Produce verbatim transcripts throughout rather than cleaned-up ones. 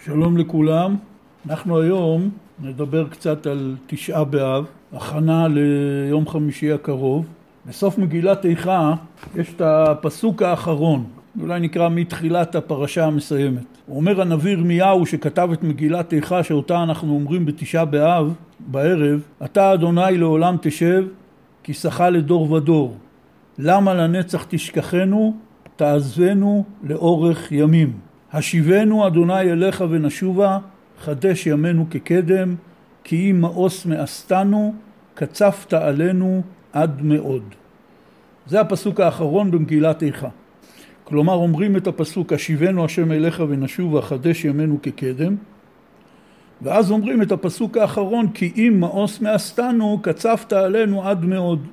שלום לכולם, אנחנו היום נדבר קצת על תשעה באב, הכנה ליום חמישי הקרוב. בסוף מגילת איכה יש את הפסוק האחרון, אולי נקרא מתחילת הפרשה המסיימת. הוא אומר הנביא ירמיהו שכתב את מגילת איכה שאותה אנחנו אומרים בתשעה באב בערב, אתה אדוני לעולם תשב, כי שכה לדור ודור. למה לנצח תשכחנו, תעזבנו לאורך ימים. השיבנו אדוני אליך ונשובה, חדש ימינו כקדם, כי אם מאוס מאסתנו, קצפת עלינו עד מאוד. זה הפסוק האחרון במגילת איכה. כלומר אומרים את הפסוק השיבנו השם אליך ונשובה, חדש ימינו כקדם, ואז אומרים את הפסוק האחרון כי אם מאוס מאסתנו, קצפת עלינו עד מאוד.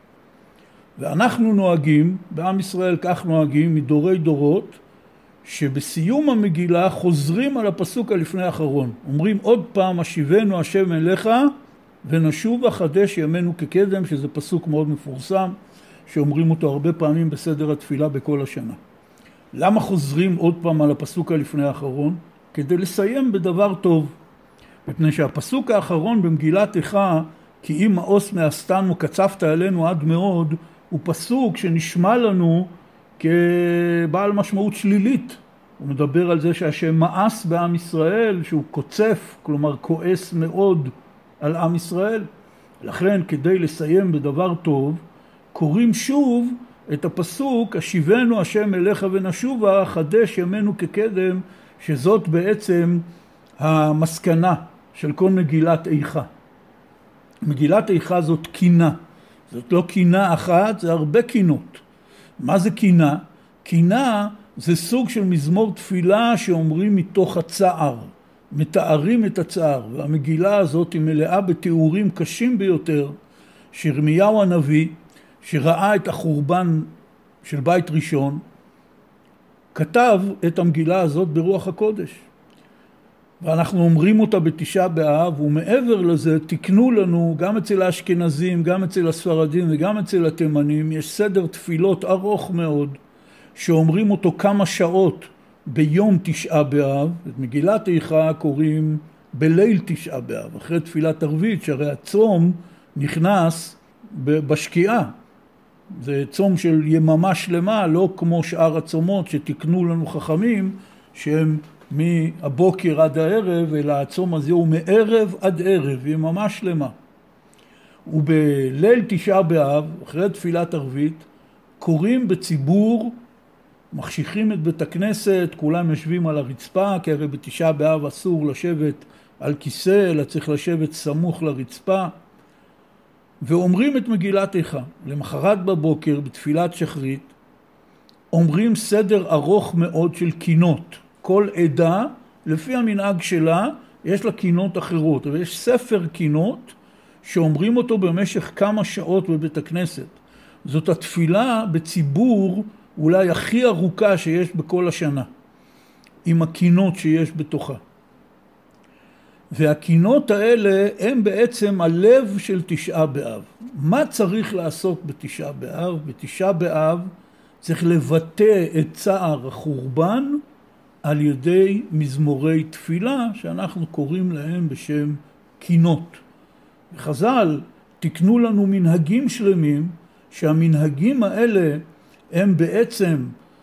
ואנחנו נוהגים, בעם ישראל כך נוהגים מדורי דורות, שבסיום המגילה חוזרים על הפסוק הלפני האחרון. אומרים עוד פעם, השיבנו השם אליך ונשובה חדש ימינו כקדם, שזה פסוק מאוד מפורסם, שאומרים אותו הרבה פעמים בסדר התפילה בכל השנה. למה חוזרים עוד פעם על הפסוק הלפני האחרון? כדי לסיים בדבר טוב. מפני שהפסוק האחרון במגילת איכה, כי אם מאוס מאסתנו קצפת עלינו עד מאוד, הוא פסוק שנשמע לנו כבעל משמעות שלילית. הוא מדבר על זה שהשם מאס בעם ישראל, שהוא קוצף, כלומר כועס מאוד על עם ישראל. לכן כדי לסיים בדבר טוב, קוראים שוב את הפסוק, השיבנו השם אליך ונשובה, חדש ימינו כקדם, שזאת בעצם המסקנה של כל מגילת איכה. מגילת איכה זאת קינה. זאת לא קינה אחת, זה הרבה קינות. מה זה קינה? קינה זה סוג של מזמור תפילה שאומרים מתוך הצער, מתארים את הצער, והמגילה הזאת היא מלאה בתיאורים קשים ביותר, שירמיהו הנביא, שראה את החורבן של בית ראשון, כתב את המגילה הזאת ברוח הקודש. ואנחנו אומרים אותה בתשעה באב, ומעבר לזה תקנו לנו, גם אצל האשכנזים, גם אצל הספרדים וגם אצל התימנים, יש סדר תפילות ארוך מאוד, שאומרים אותו כמה שעות ביום תשעה באב. את מגילת איכה קוראים בליל תשעה באב, אחרי תפילת ערבית, שהרי הצום נכנס בשקיעה. זה צום של יממה שלמה, לא כמו שאר הצומות שתקנו לנו חכמים, שהם מהבוקר עד הערב, אלא הצום הזה הוא מערב עד ערב, יממה שלמה. ובליל תשעה באב, אחרי תפילת ערבית, קוראים בציבור, מחשיכים את בית הכנסת, כולם יושבים על הרצפה, כי הרי בתשעה באב אסור לשבת על כיסא, אלא צריך לשבת סמוך לרצפה, ואומרים את מגילת איכה. למחרת בבוקר, בתפילת שחרית, אומרים סדר ארוך מאוד של קינות. כל עדה, לפי המנהג שלה, יש לה קינות אחרות, ויש ספר קינות שאומרים אותו במשך כמה שעות בבית הכנסת. זאת התפילה בציבור אולי הכי ארוכה שיש בכל השנה, עם הקינות שיש בתוכה. והקינות האלה הם בעצם הלב של תשעה באב. מה צריך לעשות בתשעה באב? בתשעה באב צריך לבטא את צער החורבן על ידי מזמורי תפילה שאנחנו קוראים להם בשם קינות. חז"ל תקנו לנו מנהגים שלמים, שהמנהגים האלה הם בעצם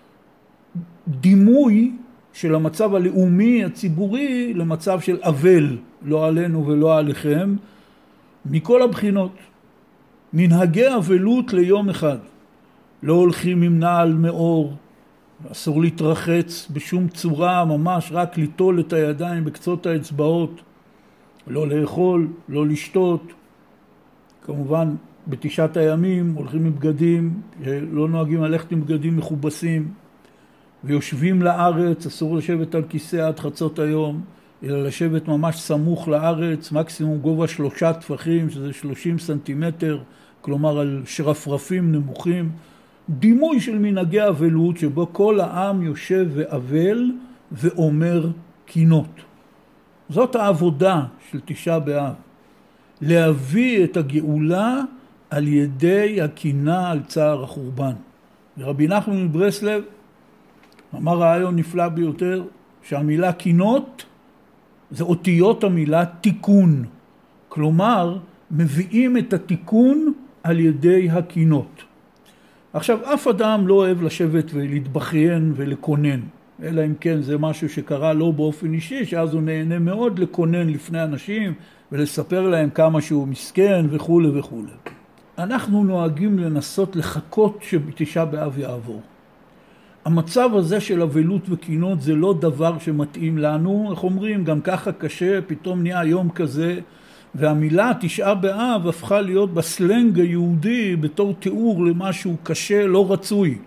דימוי של המצב הלאומי הציבורי למצב של אבל, לא עלינו ולא עליכם, מכל הבחינות. מנהגי אבלות ליום אחד. לא הולכים עם נעל מאור, אסור להתרחץ בשום צורה, ממש רק ליטול את הידיים בקצות האצבעות, לא לאכול, לא לשתות. כמובן בתשעת הימים הולכים עם בגדים, לא נוהגים ללכת עם בגדים מכובסים, ויושבים לארץ, אסור לשבת על כיסא עד חצות היום, אלא לשבת ממש סמוך לארץ, מקסימום גובה שלושה טפחים, שזה שלושים סנטימטר, כלומר על שרפרפים נמוכים. דימוי של מנהגי אבלות שבו כל העם יושב ואבל ואומר קינות. זאת העבודה של תשעה באב. להביא את הגאולה על ידי הקינה על צער החורבן. ורבי נחמן מברסלב אמר רעיון נפלא ביותר, שהמילה קינות זה אותיות המילה תיקון. כלומר, מביאים את התיקון על ידי הקינות. עכשיו, אף אדם לא אוהב לשבת ולהתבכיין ולקונן, אלא אם כן זה משהו שקרה לו באופן אישי, שאז הוא נהנה מאוד לקונן לפני אנשים ולספר להם כמה שהוא מסכן וכו' וכו'. אנחנו נוהגים לנסות לחכות שתשעה באב יעבור. המצב הזה של אבלות וקינות זה לא דבר שמתאים לנו, איך אומרים, גם ככה קשה, פתאום נהיה יום כזה, והמילה תשעה באב הפכה להיות בסלנג היהודי בתור תיאור למשהו קשה, לא רצוי.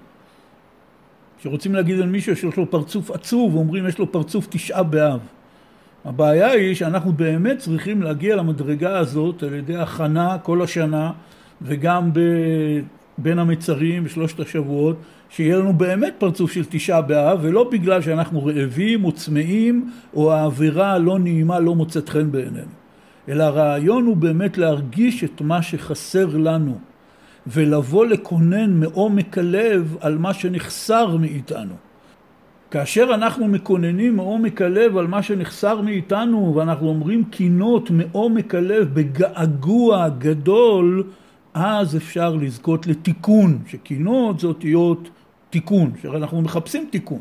שרוצים להגיד על מישהו שיש לו פרצוף עצוב, אומרים יש לו פרצוף תשעה באב. הבעיה היא שאנחנו באמת צריכים להגיע למדרגה הזאת על ידי הכנה כל השנה, וגם ב... בין המצרים בשלושת השבועות, שיהיה לנו באמת פרצוף של תשעה באב, ולא בגלל שאנחנו רעבים או צמאים, או האווירה הלא נעימה לא מוצאת חן בעינינו. אלא הרעיון הוא באמת להרגיש את מה שחסר לנו, ולבוא לקונן מעומק הלב על מה שנחסר מאיתנו. כאשר אנחנו מקוננים מעומק הלב על מה שנחסר מאיתנו, ואנחנו אומרים קינות מעומק הלב בגעגוע גדול, אז אפשר לזכות לתיקון, שקינות זה אותיות תיקון, שאנחנו מחפשים תיקון.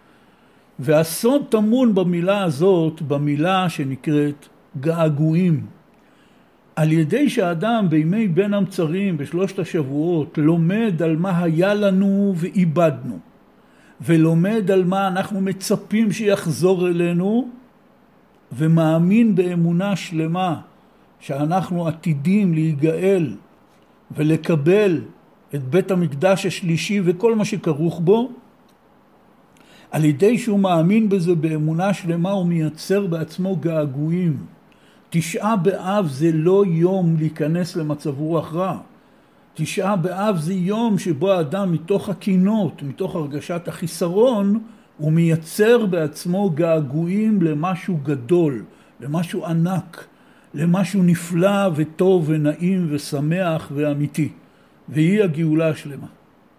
והסוד טמון במילה הזאת, במילה שנקראת געגועים. על ידי שהאדם בימי בין המצרים בשלושת השבועות לומד על מה היה לנו ואיבדנו, ולומד על מה אנחנו מצפים שיחזור אלינו, ומאמין באמונה שלמה שאנחנו עתידים להיגאל ולקבל את בית המקדש השלישי וכל מה שכרוך בו, על ידי שהוא מאמין בזה באמונה שלמה הוא מייצר בעצמו געגועים. תשעה באב זה לא יום להיכנס למצב רוח רע. תשעה באב זה יום שבו האדם מתוך הקינות, מתוך הרגשת החיסרון, הוא מייצר בעצמו געגועים למשהו גדול, למשהו ענק, למשהו נפלא וטוב ונעים ושמח ואמיתי. והיא הגאולה השלמה.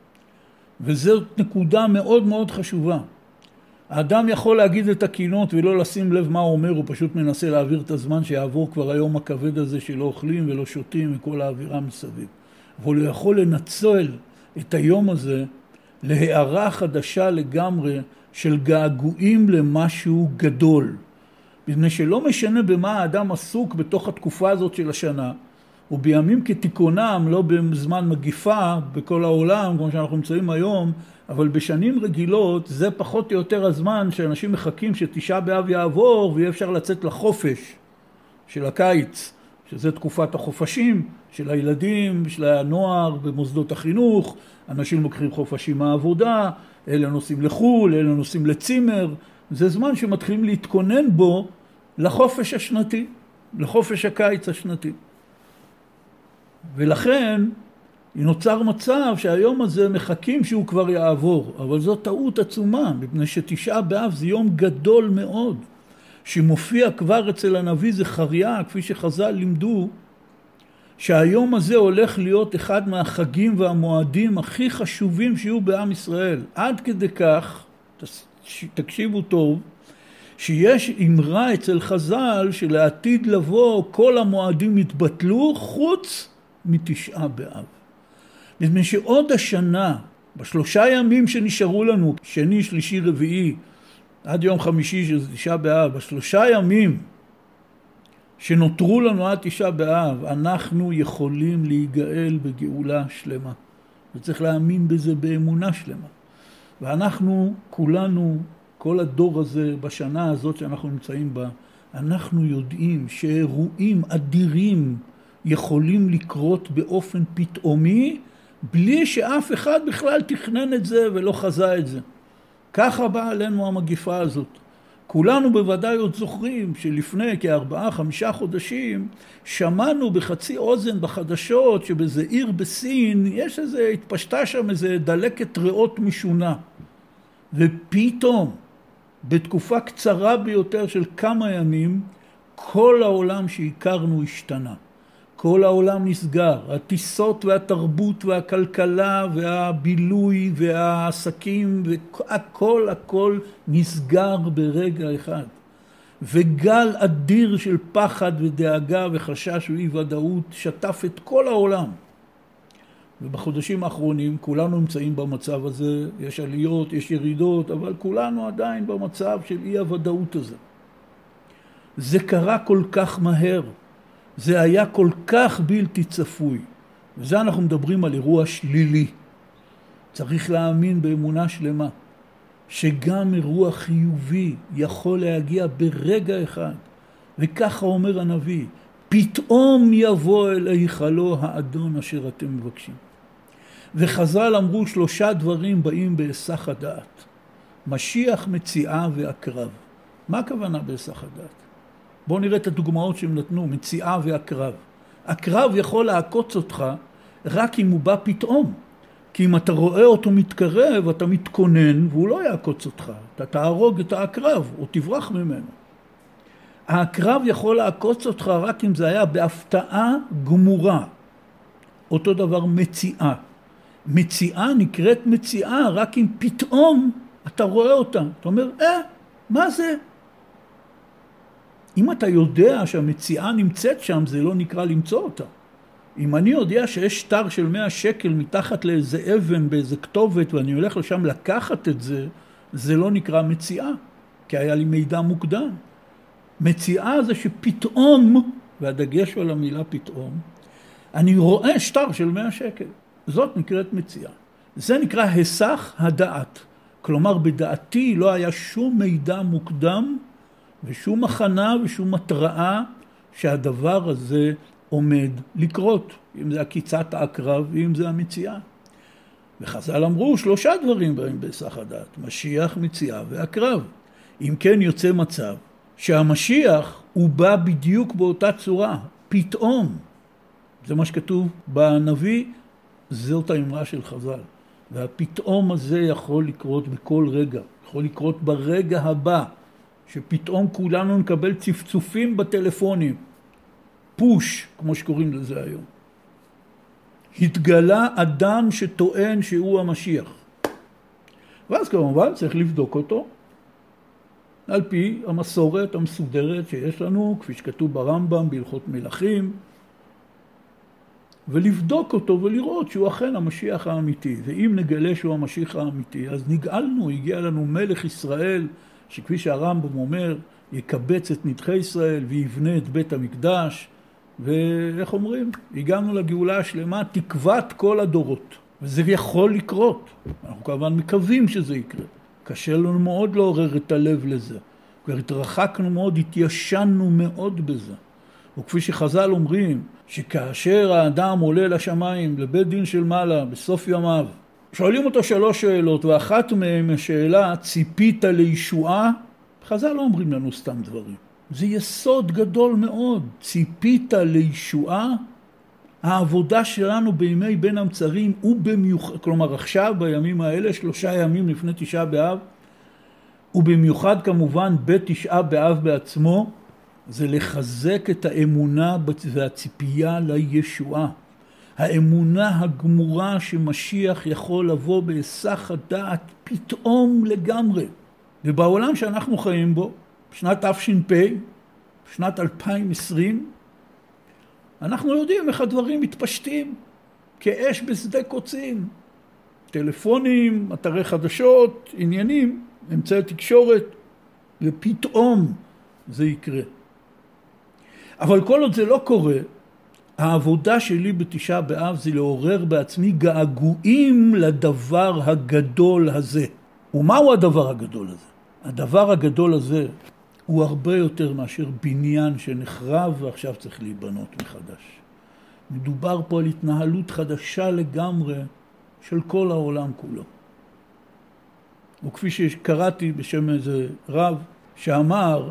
וזאת נקודה מאוד מאוד חשובה. האדם יכול להגיד את הקינות ולא לשים לב מה הוא אומר, הוא פשוט מנסה להעביר את הזמן שיעבור כבר היום הכבד הזה שלא אוכלים ולא שותים וכל האווירה מסביב. אבל הוא יכול לנצל את היום הזה להערה חדשה לגמרי של געגועים למשהו גדול. בגלל שלא משנה במה האדם עסוק בתוך התקופה הזאת של השנה, ובימים כתיקונם, לא בזמן מגיפה בכל העולם, כמו שאנחנו נמצאים היום, אבל בשנים רגילות זה פחות או יותר הזמן שאנשים מחכים שתשעה באב יעבור ויהיה אפשר לצאת לחופש של הקיץ, שזה תקופת החופשים של הילדים, של הנוער במוסדות החינוך, אנשים לוקחים חופשים מהעבודה, אלה נוסעים לחול, אלה נוסעים לצימר, זה זמן שמתחילים להתכונן בו לחופש השנתי, לחופש הקיץ השנתי. ולכן נוצר מצב שהיום הזה מחכים שהוא כבר יעבור, אבל זו טעות עצומה, מפני שתשעה באב זה יום גדול מאוד, שמופיע כבר אצל הנביא זכריה, כפי שחז"ל לימדו, שהיום הזה הולך להיות אחד מהחגים והמועדים הכי חשובים שיהיו בעם ישראל. עד כדי כך, תקשיבו טוב, שיש אמרה אצל חז"ל שלעתיד לבוא כל המועדים יתבטלו חוץ מתשעה באב. נדמה שעוד השנה, בשלושה ימים שנשארו לנו, שני, שלישי, רביעי, עד יום חמישי שזה תשעה באב, בשלושה ימים שנותרו לנו עד תשעה באב, אנחנו יכולים להיגאל בגאולה שלמה. וצריך להאמין בזה באמונה שלמה. ואנחנו כולנו, כל הדור הזה, בשנה הזאת שאנחנו נמצאים בה, אנחנו יודעים שאירועים אדירים יכולים לקרות באופן פתאומי, בלי שאף אחד בכלל תכנן את זה ולא חזה את זה. ככה באה עלינו המגיפה הזאת. כולנו בוודאי עוד זוכרים שלפני כארבעה, חמישה חודשים, שמענו בחצי אוזן בחדשות שבאיזה עיר בסין, יש איזה, התפשטה שם איזה דלקת ריאות משונה. ופתאום, בתקופה קצרה ביותר של כמה ימים, כל העולם שהכרנו השתנה. כל העולם נסגר, הטיסות והתרבות והכלכלה והבילוי והעסקים והכל הכל נסגר ברגע אחד. וגל אדיר של פחד ודאגה וחשש ואי ודאות שטף את כל העולם. ובחודשים האחרונים כולנו נמצאים במצב הזה, יש עליות, יש ירידות, אבל כולנו עדיין במצב של אי הוודאות הזה. זה קרה כל כך מהר, זה היה כל כך בלתי צפוי, וזה אנחנו מדברים על אירוע שלילי. צריך להאמין באמונה שלמה, שגם אירוע חיובי יכול להגיע ברגע אחד, וככה אומר הנביא, פתאום יבוא אל היכלו האדון אשר אתם מבקשים. וחז"ל אמרו שלושה דברים באים בהיסח הדעת. משיח, מציאה והקרב. מה הכוונה בהיסח הדעת? בואו נראה את הדוגמאות שהם נתנו, מציאה והקרב. הקרב יכול לעקוץ אותך רק אם הוא בא פתאום. כי אם אתה רואה אותו מתקרב, אתה מתכונן והוא לא יעקוץ אותך. אתה תהרוג את הקרב או תברח ממנו. הקרב יכול לעקוץ אותך רק אם זה היה בהפתעה גמורה. אותו דבר מציאה. מציאה נקראת מציאה רק אם פתאום אתה רואה אותה. אתה אומר, אה, מה זה? אם אתה יודע שהמציאה נמצאת שם, זה לא נקרא למצוא אותה. אם אני יודע שיש שטר של מאה שקל מתחת לאיזה אבן באיזה כתובת, ואני הולך לשם לקחת את זה, זה לא נקרא מציאה, כי היה לי מידע מוקדם. מציאה זה שפתאום, והדגש על המילה פתאום, אני רואה שטר של מאה שקל. זאת נקראת מציאה. זה נקרא היסח הדעת. כלומר, בדעתי לא היה שום מידע מוקדם, ושום הכנה ושום התראה שהדבר הזה עומד לקרות. אם זה עקיצת העקרב, ואם זה המציאה. וחז"ל אמרו שלושה דברים בהם בהיסח הדעת. משיח, מציאה והקרב. אם כן יוצא מצב שהמשיח הוא בא בדיוק באותה צורה, פתאום. זה מה שכתוב בנביא, זאת האמרה של חז"ל. והפתאום הזה יכול לקרות בכל רגע, יכול לקרות ברגע הבא, שפתאום כולנו נקבל צפצופים בטלפונים, פוש, כמו שקוראים לזה היום. התגלה אדם שטוען שהוא המשיח. ואז כמובן צריך לבדוק אותו, על פי המסורת המסודרת שיש לנו, כפי שכתוב ברמב"ם, בהלכות מלכים, ולבדוק אותו ולראות שהוא אכן המשיח האמיתי. ואם נגלה שהוא המשיח האמיתי, אז נגאלנו, הגיע לנו מלך ישראל, שכפי שהרמב"ם אומר, יקבץ את נדחי ישראל ויבנה את בית המקדש, ואיך אומרים? הגענו לגאולה השלמה, תקוות כל הדורות. וזה יכול לקרות. אנחנו כמובן מקווים שזה יקרה. קשה לנו מאוד לעורר את הלב לזה. כבר התרחקנו מאוד, התיישנו מאוד בזה. וכפי שחז"ל אומרים, שכאשר האדם עולה לשמיים, לבית דין של מעלה, בסוף ימיו, שואלים אותו שלוש שאלות, ואחת מהן השאלה, ציפית לישועה? חז"ל לא אומרים לנו סתם דברים. זה יסוד גדול מאוד. ציפית לישועה? העבודה שלנו בימי בין המצרים, ובמיוחד, כלומר עכשיו בימים האלה, שלושה ימים לפני תשעה באב, ובמיוחד כמובן בתשעה באב בעצמו, זה לחזק את האמונה והציפייה לישועה. האמונה הגמורה שמשיח יכול לבוא בהיסח הדעת פתאום לגמרי. ובעולם שאנחנו חיים בו, בשנת תש"פ, בשנת אלפיים ועשרים, אנחנו יודעים איך הדברים מתפשטים כאש בשדה קוצים. טלפונים, אתרי חדשות, עניינים, אמצעי תקשורת, ופתאום זה יקרה. אבל כל עוד זה לא קורה, העבודה שלי בתשעה באב זה לעורר בעצמי געגועים לדבר הגדול הזה. ומהו הדבר הגדול הזה? הדבר הגדול הזה הוא הרבה יותר מאשר בניין שנחרב ועכשיו צריך להיבנות מחדש. מדובר פה על התנהלות חדשה לגמרי של כל העולם כולו. וכפי שקראתי בשם איזה רב שאמר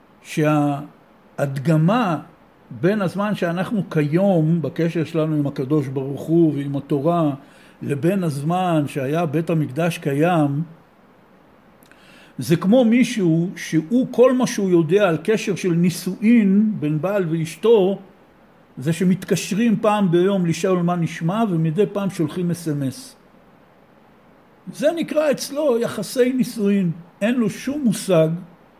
שההדגמה בין הזמן שאנחנו כיום בקשר שלנו עם הקדוש ברוך הוא ועם התורה לבין הזמן שהיה בית המקדש קיים, זה כמו מישהו שהוא כל מה שהוא יודע על קשר של נישואין בין בעל ואשתו, זה שמתקשרים פעם ביום לשאול מה נשמע ומדי פעם שולחים אס אם אס. זה נקרא אצלו יחסי נישואין. אין לו שום מושג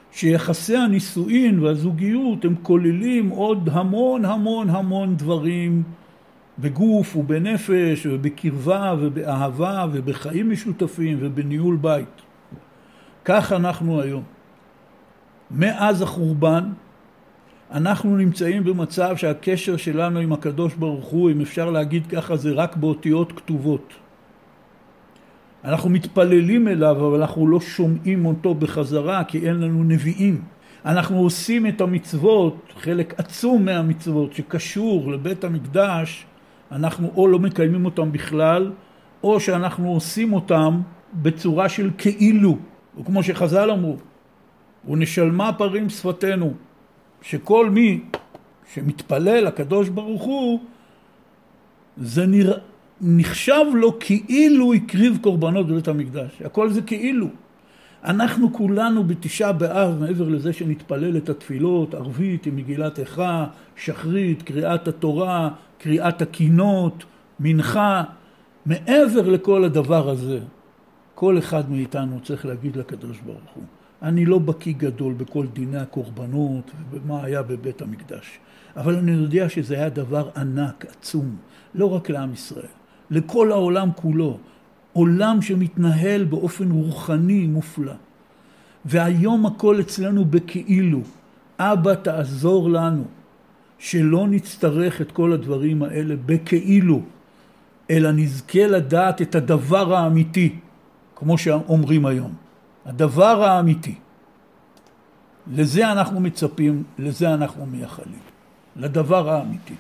שיחסי הנישואין והזוגיות הם כוללים עוד המון המון המון דברים בגוף ובנפש ובקרבה ובאהבה ובחיים משותפים ובניהול בית. כך אנחנו היום. מאז החורבן אנחנו נמצאים במצב שהקשר שלנו עם הקדוש ברוך הוא, אם אפשר להגיד ככה, זה רק באותיות כתובות. אנחנו מתפללים אליו, אבל אנחנו לא שומעים אותו בחזרה, כי אין לנו נביאים. אנחנו עושים את המצוות, חלק עצום מהמצוות שקשור לבית המקדש, אנחנו או לא מקיימים אותם בכלל, או שאנחנו עושים אותם בצורה של כאילו, וכמו שחז"ל אמרו, ונשלמה פרים שפתנו, שכל מי שמתפלל לקדוש ברוך הוא, זה נראה, נחשב לו כאילו הקריב קורבנות בבית המקדש. הכל זה כאילו. אנחנו כולנו בתשעה באב, מעבר לזה שנתפלל את התפילות, ערבית עם מגילת איכה, שחרית, קריאת התורה, קריאת הקינות, מנחה, מעבר לכל הדבר הזה, כל אחד מאיתנו צריך להגיד לקדוש ברוך הוא, אני לא בקיא גדול בכל דיני הקורבנות ובמה היה בבית המקדש, אבל אני יודע שזה היה דבר ענק, עצום, לא רק לעם ישראל, לכל העולם כולו, עולם שמתנהל באופן רוחני מופלא. והיום הכל אצלנו בכאילו, אבא תעזור לנו, שלא נצטרך את כל הדברים האלה בכאילו, אלא נזכה לדעת את הדבר האמיתי, כמו שאומרים היום. הדבר האמיתי. לזה אנחנו מצפים, לזה אנחנו מייחלים. לדבר האמיתי.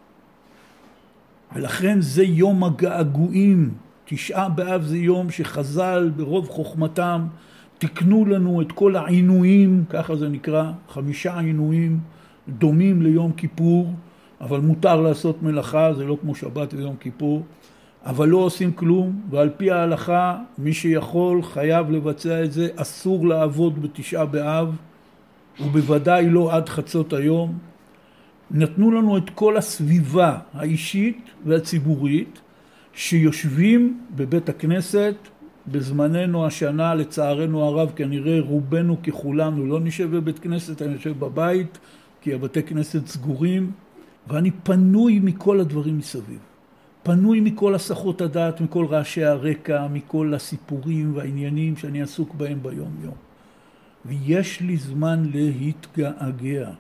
ולכן זה יום הגעגועים. תשעה באב זה יום שחז"ל ברוב חוכמתם תקנו לנו את כל העינויים, ככה זה נקרא, חמישה עינויים דומים ליום כיפור, אבל מותר לעשות מלאכה, זה לא כמו שבת ויום כיפור, אבל לא עושים כלום, ועל פי ההלכה מי שיכול חייב לבצע את זה, אסור לעבוד בתשעה באב, ובוודאי לא עד חצות היום. נתנו לנו את כל הסביבה האישית והציבורית, שיושבים בבית הכנסת בזמננו השנה, לצערנו הרב, כנראה רובנו ככולנו לא נשב בבית כנסת, אני יושב בבית, כי הבתי כנסת סגורים, ואני פנוי מכל הדברים מסביב. פנוי מכל הסחות הדעת, מכל רעשי הרקע, מכל הסיפורים והעניינים שאני עסוק בהם ביום יום. ויש לי זמן להתגעגע.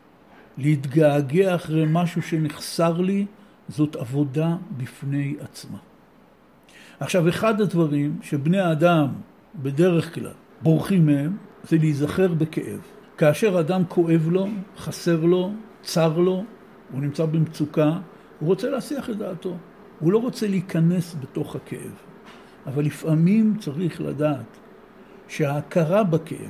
להתגעגע אחרי משהו שנחסר לי, זאת עבודה בפני עצמה. עכשיו, אחד הדברים שבני האדם בדרך כלל בורחים מהם, זה להיזכר בכאב. כאשר אדם כואב לו, חסר לו, צר לו, הוא נמצא במצוקה, הוא רוצה להסיח את דעתו. הוא לא רוצה להיכנס בתוך הכאב. אבל לפעמים צריך לדעת שההכרה בכאב,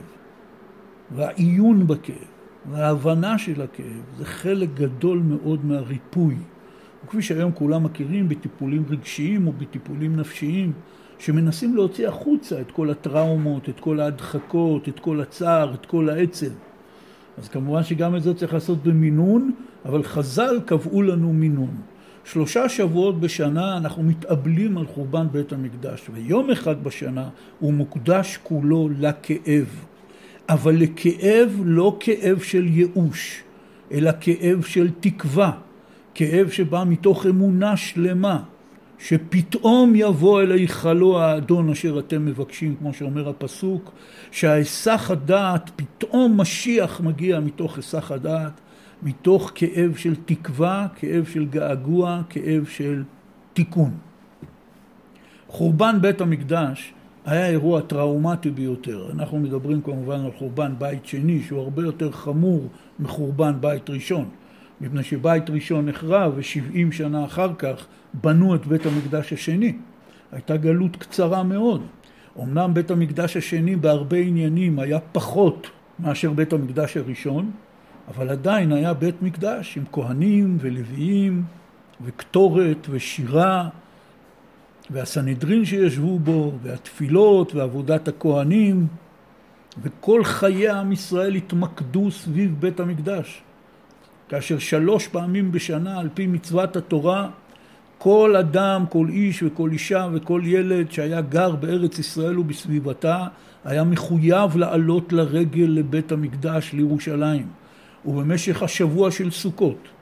והעיון בכאב, וההבנה של הכאב, זה חלק גדול מאוד מהריפוי. וכפי שהיום כולם מכירים בטיפולים רגשיים או בטיפולים נפשיים, שמנסים להוציא החוצה את כל הטראומות, את כל ההדחקות, את כל הצער, את כל העצב. אז כמובן שגם את זה צריך לעשות במינון, אבל חז"ל קבעו לנו מינון. שלושה שבועות בשנה אנחנו מתאבלים על חורבן בית המקדש, ויום אחד בשנה הוא מוקדש כולו לכאב. אבל לכאב לא כאב של ייאוש, אלא כאב של תקווה. כאב שבא מתוך אמונה שלמה, שפתאום יבוא אל היכלו האדון אשר אתם מבקשים, כמו שאומר הפסוק, שהיסח הדעת, פתאום משיח מגיע מתוך היסח הדעת, מתוך כאב של תקווה, כאב של געגוע, כאב של תיקון. חורבן בית המקדש היה אירוע טראומטי ביותר. אנחנו מדברים כמובן על חורבן בית שני, שהוא הרבה יותר חמור מחורבן בית ראשון. מפני שבית ראשון נחרב ו-שבעים שנה אחר כך בנו את בית המקדש השני. הייתה גלות קצרה מאוד. אמנם בית המקדש השני בהרבה עניינים היה פחות מאשר בית המקדש הראשון, אבל עדיין היה בית מקדש עם כהנים ולוויים וקטורת ושירה, והסנהדרין שישבו בו, והתפילות ועבודת הכהנים, וכל חיי עם ישראל התמקדו סביב בית המקדש. כאשר שלוש פעמים בשנה על פי מצוות התורה, כל אדם, כל איש וכל אישה וכל ילד שהיה גר בארץ ישראל ובסביבתה, היה מחויב לעלות לרגל לבית המקדש לירושלים. ובמשך השבוע של סוכות,